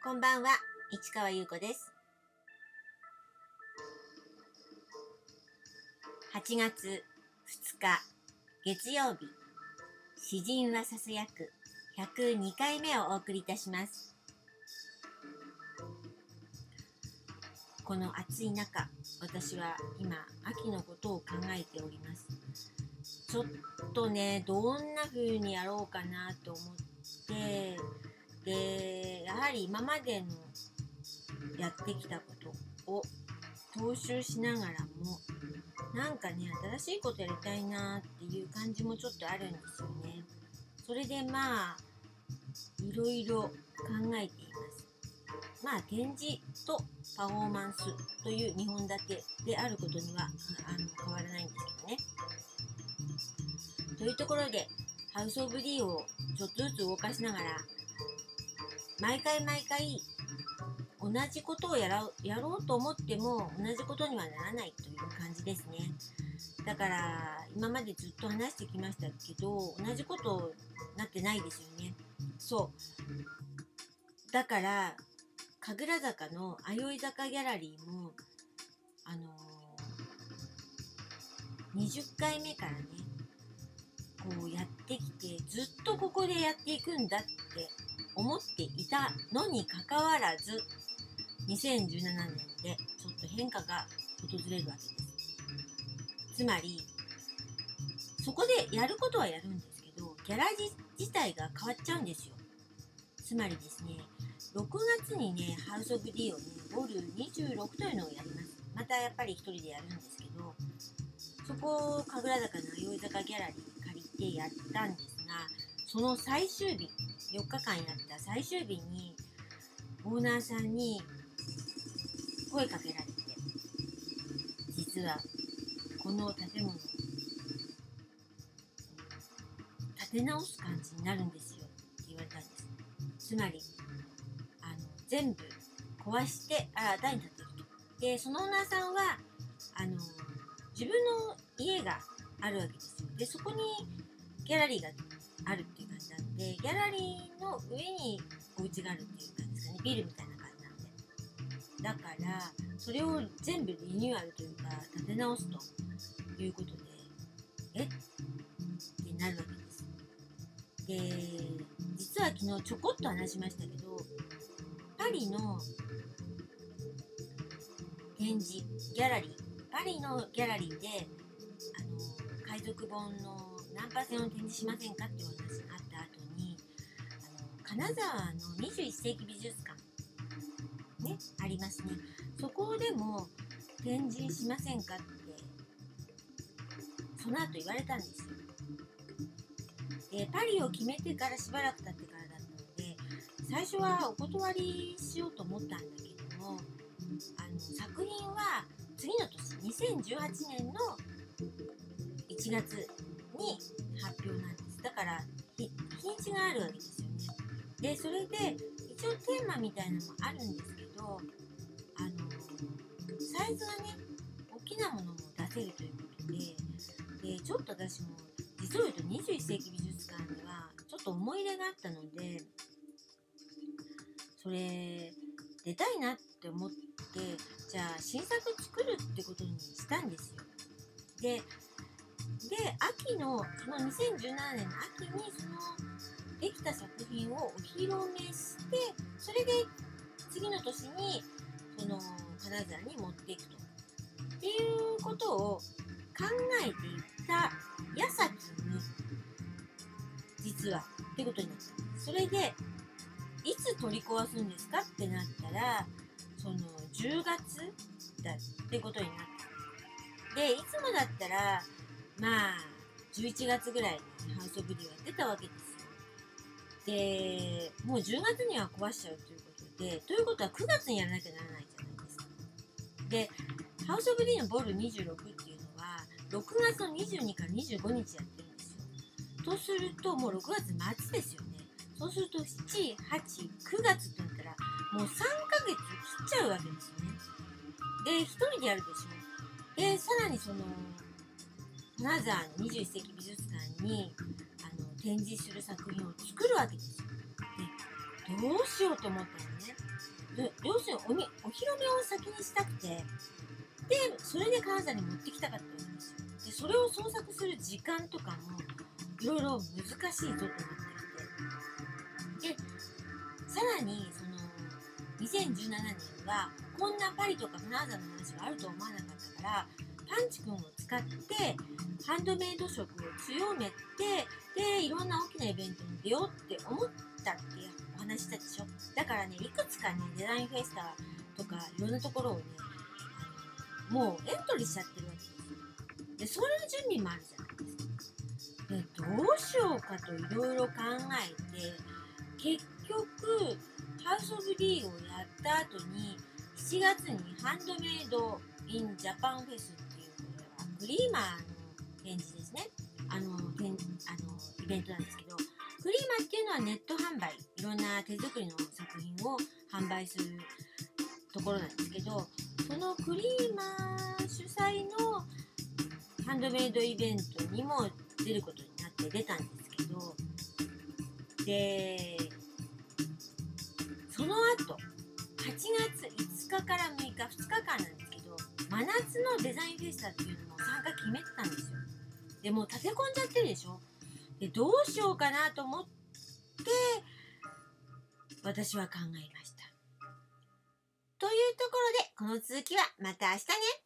こんばんは、市川優子です。8月2日月曜日、詩人はささやく102回目をお送りいたします。この暑い中、私は今秋のことを考えております。ちょっとね、どんな風にやろうかなと思って、でやはり今までのやってきたことを踏襲しながらも、なんかね、新しいことやりたいなっていう感じもちょっとあるんですよね。それでいろいろ考えています。展示とパフォーマンスという2本立てであることには変わらないんですけどね。というところで、ハウスオブ D をちょっとずつ動かしながら、毎回同じことをやろうと思っても同じことにはならないという感じですね。だから今までずっと話してきましたけど、同じことになってないですよね。そうだから、神楽坂の相生坂ギャラリーも20回目からね、こうやってきて、ずっとここでやっていくんだって思っていたのにかかわらず、2017年でちょっと変化が訪れるわけです。つまり、そこでやることはやるんですけど、ギャラリー自体が変わっちゃうんですよ。つまりですね、6月にね、ハウスオブ D をね、ボル26というのをやります。またやっぱり一人でやるんですけど、そこを神楽坂の相生坂ギャラリー借りてやったんですが、その最終日、4日間やった最終日に、オーナーさんに声かけられて、実はこの建物建て直す感じになるんですよって言われたんです。つまり全部壊して新たに建てると。でそのオーナーさんは自分の家があるわけですよ。でそこにギャラリーがあるっていう感じなので、ギャラリーの上にお家があるっていう感じですかね。ビルみたいな感じなんで、だからそれを全部リニューアルというか建て直すということで、ってなるわけです。で実は昨日ちょこっと話しましたけど、パリの展示ギャラリーパリのギャラリーで海賊本のナンパ船を展示しませんかっていうお話があった後に、金沢の21世紀美術館ね、ありますね。そこでも展示しませんかってその後言われたんですよ。でパリを決めてからしばらく経ってからだったので、最初はお断りしようと思ったんだけども、作品は次の年2018年の1月に発表なんです。だから日にちがあるわけですよね。でそれで一応テーマみたいなのもあるんですけど、サイズがね大きなものも出せるということで、ちょっと私も実を言うと21世紀美術館にはちょっと思い入れがあったので、それ出たいなって思って、じゃあ新作作るってことにしたんですよ。で秋のその2017年の秋にそのできた作品をお披露目して、それで次の年にその金沢に持っていくとっていうことを考えていた矢先に、実はってことになった。それでいつ取り壊すんですかってなったら、その10月だってことになった。でいつもだったら11月ぐらいにハウスオブ D は出たわけですよ。でもう10月には壊しちゃうということで、ということは9月にやらなきゃならないじゃないですか。でハウスオブ D のボル26っていうのは6月の22から25日やってるんですよ。とするともう6月末ですよね。そうすると7、8、9月ってなったらもう3ヶ月切っちゃうわけですよね。で1人でやるでしょ。でさらにその金沢の21世紀美術館に展示する作品を作るわけですよ。でどうしようと思ったのね。 要するにお披露目を先にしたくて、でそれで金沢に持ってきたかったんですよ。でそれを創作する時間とかもいろいろ難しいぞと思ってきて、でさらにその2017年はこんなパリとか金沢の話があると思わなかったから、パンチ君を使ってハンドメイド色を強めて、でいろんな大きなイベントに出ようって思ったっていうお話したでしょ。だからね、いくつかねデザインフェスタとかいろんなところをねもうエントリーしちゃってるわけですよ。でそういう準備もあるじゃないですか。でどうしようかといろいろ考えて、結局ハウス・オブ・ディをやった後に7月にハンドメイド・イン・ジャパンフェスっていう、これはクリーマーの展示ですね。イベントなんですけど、クリーマーっていうのはネット販売、いろんな手作りの作品を販売するところなんですけど、そのクリーマー主催のハンドメイドイベントにも出ることになって出たんですけど、でその後8月5日から6日2日間なんですけど、真夏のデザインフェスタっていうのも参加決めてたんですよ。でもう立て込んじゃってるでしょ。でどうしようかなと思って私は考えました。というところでこの続きはまた明日ね。